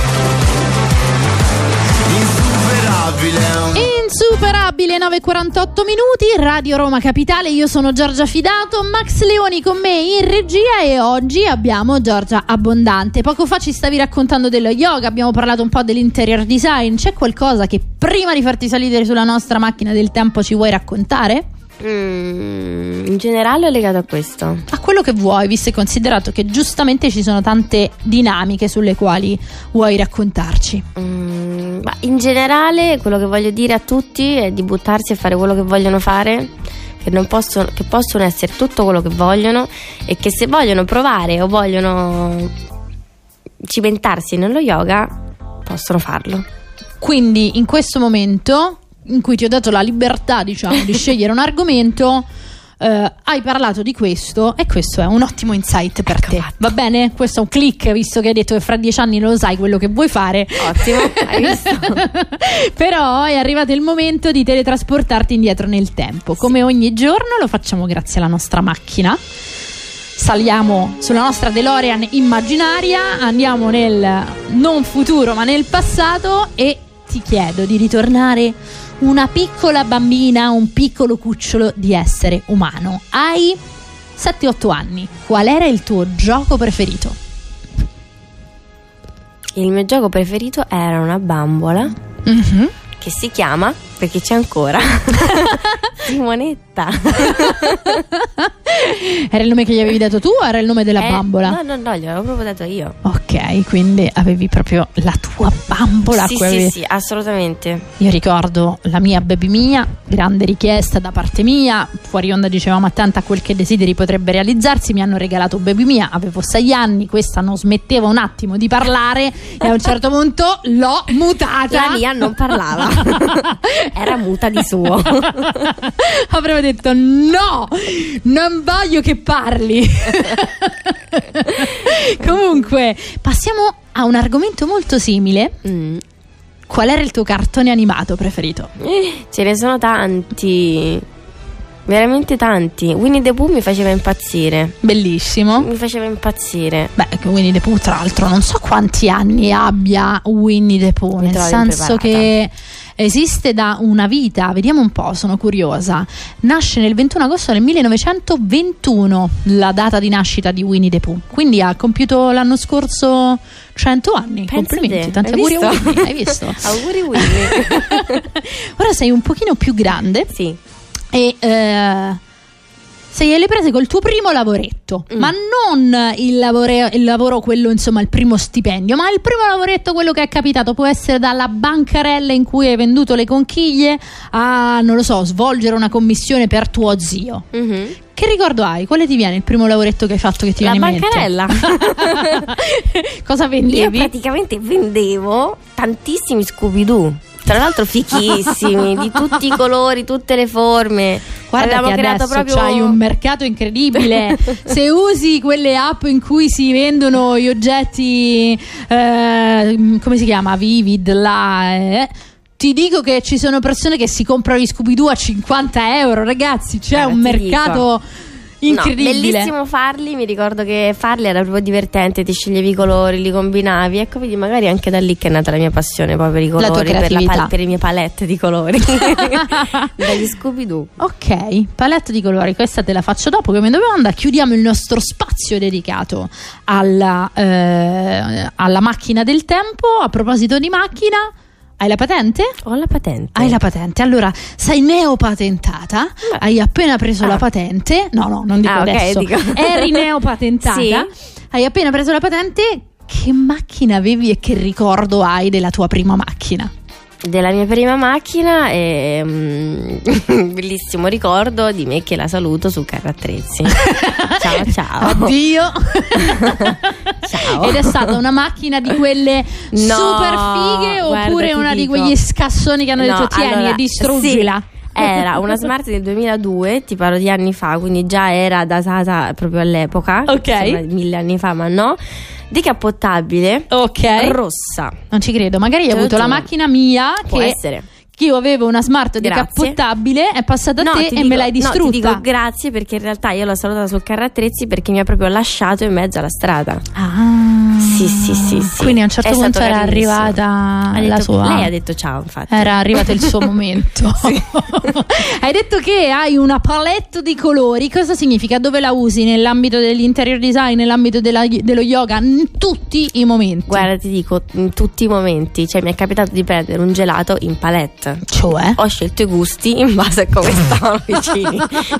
insuperabile. Insuperabile, nove e quarantotto minuti, Radio Roma Capitale. Io sono Giorgia Fidato, Max Leoni con me in regia e oggi abbiamo Giorgia Abbondante. Poco fa ci stavi raccontando dello yoga, abbiamo parlato un po' dell'interior design. C'è qualcosa che prima di farti salire sulla nostra macchina del tempo ci vuoi raccontare? Mm, in generale è legato a questo. A quello che vuoi, visto e considerato che giustamente ci sono tante dinamiche sulle quali vuoi raccontarci. Mm, ma in generale quello che voglio dire a tutti è di buttarsi a fare quello che vogliono fare, che non possono, che possono essere tutto quello che vogliono, e che se vogliono provare o vogliono cimentarsi nello yoga possono farlo. Quindi in questo momento in cui ti ho dato la libertà, diciamo, di scegliere un argomento, eh, hai parlato di questo e questo è un ottimo insight per ecco te. Fatto. Va bene? Questo è un click, visto che hai detto che fra dieci anni lo sai quello che vuoi fare. Ottimo, hai visto? Però è arrivato il momento di teletrasportarti indietro nel tempo. Come ogni giorno lo facciamo grazie alla nostra macchina. Saliamo sulla nostra DeLorean immaginaria, andiamo nel non futuro ma nel passato e ti chiedo di ritornare una piccola bambina, un piccolo cucciolo di essere umano. Hai sette otto anni. Qual era il tuo gioco preferito? Il mio gioco preferito era una bambola mm-hmm. che si chiama, perché c'è ancora, Simonetta. Era il nome che gli avevi dato tu o era il nome della eh, bambola? No, no, no, gliel'avevo proprio dato io. Ok, quindi avevi proprio la tua bambola. Sì, avevi... sì, sì, assolutamente. Io ricordo la mia Baby Mia, grande richiesta da parte mia. Fuori onda dicevamo attenta a quel che desideri potrebbe realizzarsi. Mi hanno regalato Baby Mia, avevo sei anni, questa non smetteva un attimo di parlare e a un certo punto l'ho mutata. La mia non parlava, era muta di suo. Avrei detto no, non voglio che parli. Comunque passiamo a un argomento molto simile. mm. Qual era il tuo cartone animato preferito? Eh, ce ne sono tanti, veramente tanti. Winnie the Pooh mi faceva impazzire. Bellissimo. Mi faceva impazzire. Beh, Winnie the Pooh tra l'altro non so quanti anni abbia Winnie the Pooh, Mi nel senso che esiste da una vita. Vediamo un po', sono curiosa. Nasce nel ventuno agosto del millenovecentoventuno, la data di nascita di Winnie the Pooh. Quindi ha compiuto l'anno scorso cento anni. Pensa Complimenti, te. tanti Hai auguri a visto? Winnie. Hai visto? Auguri Winnie. Ora sei un pochino più grande. Sì. E eh, sei alle prese col tuo primo lavoretto, mm. ma non il, lavore, il lavoro quello, insomma, il primo stipendio, ma il primo lavoretto, quello che è capitato. Può essere dalla bancarella in cui hai venduto le conchiglie a, non lo so, svolgere una commissione per tuo zio. Mm-hmm. Che ricordo hai? Quale ti viene il primo lavoretto che hai fatto che ti La viene in bancarella. mente? Cosa vendevi? Io praticamente vendevo tantissimi Scooby-Doo. Tra l'altro fichissimi, di tutti i colori, tutte le forme. Guarda Abbiamo che creato adesso proprio c'hai un mercato incredibile. Se usi quelle app in cui si vendono gli oggetti, eh, come si chiama? Vivid, là, eh, ti dico che ci sono persone che si comprano gli Scooby-Doo a cinquanta euro, ragazzi. C'è Eh, un ti mercato incredibile. No, bellissimo farli. Mi ricordo che farli era proprio divertente. Ti sceglievi i colori, li combinavi. Ecco, vedi, magari anche da lì che è nata la mia passione poi per i colori, La tua per, la creatività. pal- per le mie palette di colori. Dagli Scooby-Doo. Ok, palette di colori, questa te la faccio dopo. Come domanda chiudiamo il nostro spazio dedicato alla, eh, alla macchina del tempo. A proposito di macchina, hai la patente? Ho la patente. Hai la patente, allora sei neopatentata. Beh. Hai appena preso ah. la patente. No, no, non dico ah, okay, adesso. Dico. Eri neopatentata. Sì. Hai appena preso la patente. Che macchina avevi e che ricordo hai della tua prima macchina? Della mia prima macchina è un um, bellissimo ricordo di me che la saluto su Carro Attrezzi. Ciao ciao. Addio. Ciao. Ed è stata una macchina di quelle no, super fighe oppure guarda, una dico. di quegli scassoni che hanno no, detto tieni allora, e distruggila? Sì. Era una Smart del duemiladue, ti parlo di anni fa, quindi già era datata proprio all'epoca. Ok. Insomma, mille anni fa, ma no. Decappottabile, ok, rossa. Non ci credo, magari hai Te avuto la macchina mia. Può che essere. Che io avevo una Smart decappottabile, è passata a no, te e dico, me l'hai distrutta. No, ti dico grazie perché in realtà io l'ho salutata sul Carro Attrezzi perché mi ha proprio lasciato in mezzo alla strada. Ah, sì, sì, sì, sì. Quindi a un certo è punto era carinissimo. arrivata ha la detto, sua. Lei ha detto ciao, infatti. Era arrivato il suo momento. Hai detto che hai una palette di colori. Cosa significa? Dove la usi? Nell'ambito dell'interior design, nell'ambito della, dello yoga, in tutti i momenti? Guarda, ti dico, in tutti i momenti. Cioè, mi è capitato di prendere un gelato in palette. Cioè? Ho scelto i gusti in base a come stavano vicini.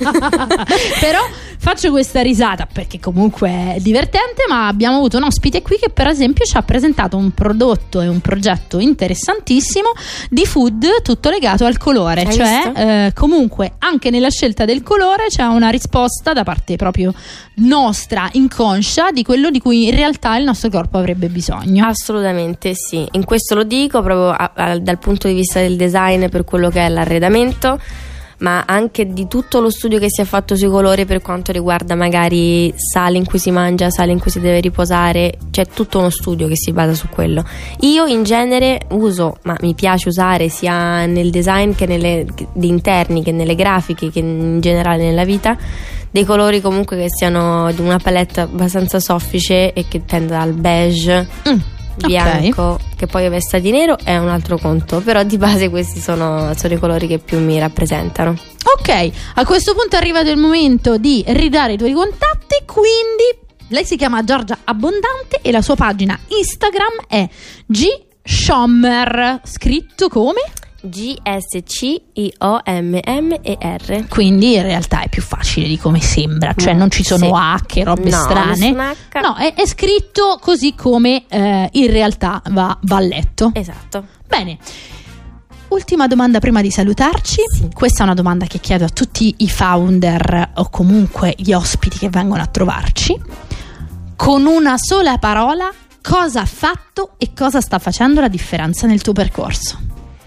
Però faccio questa risata perché comunque è divertente, ma abbiamo avuto un ospite qui che per esempio ci ha presentato un prodotto e un progetto interessantissimo di food tutto legato al colore. Hai cioè eh, comunque anche nella scelta del colore c'è una risposta da parte proprio nostra, inconscia, di quello di cui in realtà il nostro corpo avrebbe bisogno. Assolutamente sì, in questo lo dico proprio a, a, dal punto di vista del design per quello che è l'arredamento, ma anche di tutto lo studio che si è fatto sui colori per quanto riguarda magari sale in cui si mangia, sale in cui si deve riposare. C'è tutto uno studio che si basa su quello. Io in genere uso, ma mi piace usare sia nel design che nelle di interni che nelle grafiche che in generale nella vita, dei colori comunque che siano di una palette abbastanza soffice e che tenda dal beige, mm. bianco, okay. Che poi vesta di nero è un altro conto, però di base questi sono, sono i colori che più mi rappresentano. Ok, a questo punto è arrivato il momento di ridare i tuoi contatti, quindi lei si chiama Giorgia Abbondante e la sua pagina Instagram è G Schommer, scritto come? G S C I O M M E R. Quindi in realtà è più facile di come sembra, cioè non ci sono sì. H, robe no, strane. No, è, è scritto così come eh, in realtà va, va letto. Esatto. Bene. Ultima domanda prima di salutarci. Sì. Questa è una domanda che chiedo a tutti i founder o comunque gli ospiti che vengono a trovarci. Con una sola parola, cosa ha fatto e cosa sta facendo la differenza nel tuo percorso?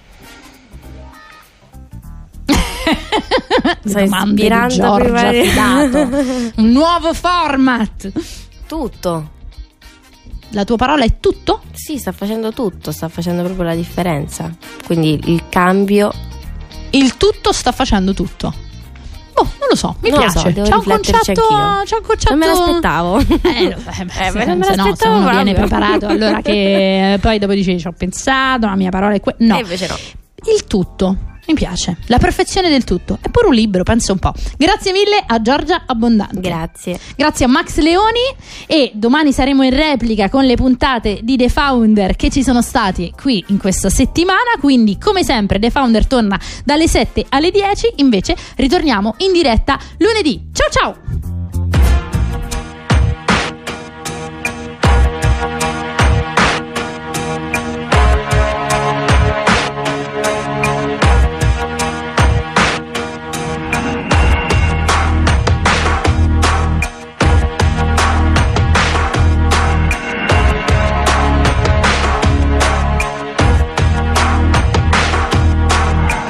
Stai domande di Giorgia di... Fidato. Un nuovo format. Tutto. La tua parola è tutto? Sì, sta facendo tutto, sta facendo proprio la differenza. Quindi il cambio. Il tutto sta facendo tutto. Oh, non lo so, mi non piace. Lo so, devo c'è un concetto, anch'io. c'è un concetto. Non me l'aspettavo. Eh, lo, eh, beh, eh, se, non me se no, se uno proprio. viene preparato, allora che poi dopo dice ci ho pensato, la mia parola è que... No. E invece no. Il tutto. Mi piace, la perfezione del tutto. È pure un libro, pensa un po'. Grazie mille a Giorgia Abbondante. Grazie. Grazie a Max Leoni. E domani saremo in replica con le puntate di The Founder che ci sono stati qui in questa settimana. Quindi come sempre The Founder torna dalle sette alle dieci. Invece ritorniamo in diretta lunedì. Ciao ciao.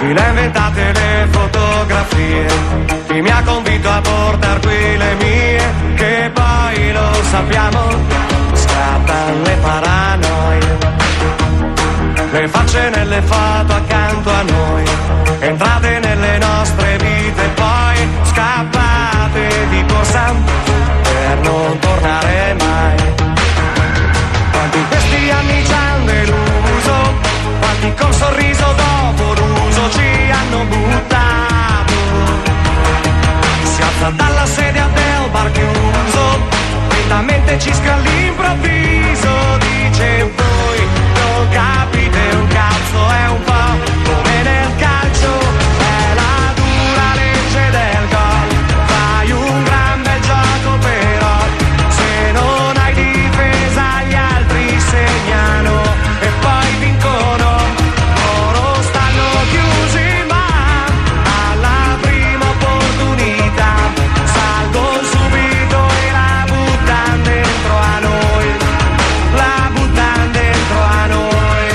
chi le ha inventate le fotografie, chi mi ha convinto a portar qui le mie, che poi lo sappiamo, scattano le paranoie, le facce nelle foto accanto a noi, entrate nelle nostre vite, poi scappate di corsa per non tornare mai. Quanti in questi anni ci hanno deluso, quanti col sorriso dopo l'uso ci hanno buttato. Si alza dalla sedia del bar chiuso, lentamente cisca all'improvviso, dice voi non capite un cazzo, è un po' come nel calcio, è la dura legge del gol, fai un gran bel gioco però, se non hai difesa gli altri segnano e poi vincono, loro stanno chiusi ma alla prima opportunità salgono subito e la buttano dentro a noi, la buttano dentro a noi.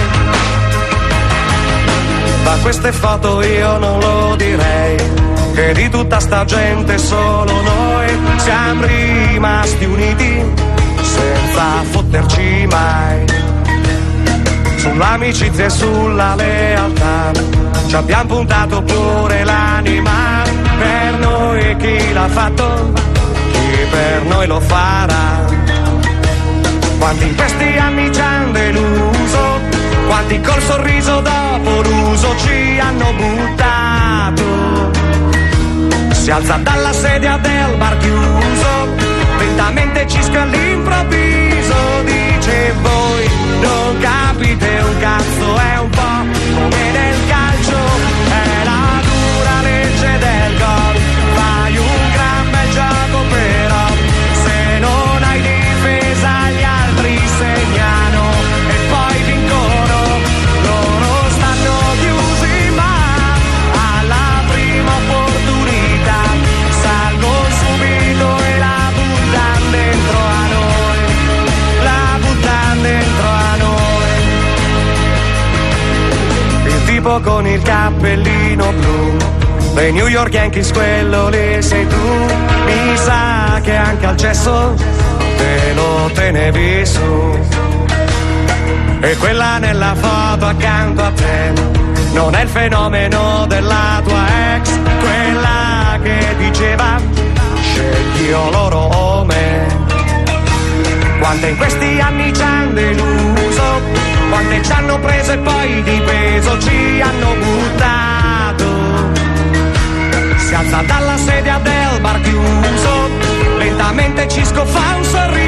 Da queste foto io non lo direi, che di tutta sta gente solo noi siamo rimasti uniti senza fotterci mai. Sull'amicizia e sulla lealtà ci abbiamo puntato pure l'anima, per noi chi l'ha fatto, chi per noi lo farà. Quanti in questi anni ci hanno deluso, quanti col sorriso dopo l'uso ci hanno buttato. Si alza dalla sedia del bar chiuso, lentamente cisca all'improvviso, dice voi non capite un cazzo, è un po' come nel calcio, è la dura legge del gol, fai un gran bel gioco però, se non hai difesa gli altri segnano e poi vincono, loro stanno chiusi ma alla prima opportunità salgono subito e la buttano dentro a noi, la buttano dentro a noi. Il tipo con il cappellino blu dei New York Yankees, quello lì sei tu, mi sa che anche al cesso te lo tenevi su. E quella nella foto accanto a te non è il fenomeno della tua ex, quella che diceva scegli io loro o me. Quante in questi anni ci hanno deluso, quante ci hanno preso e poi di peso ci hanno buttato. Si alza dalla sedia del bar chiuso, lentamente Cisco fa un sorriso,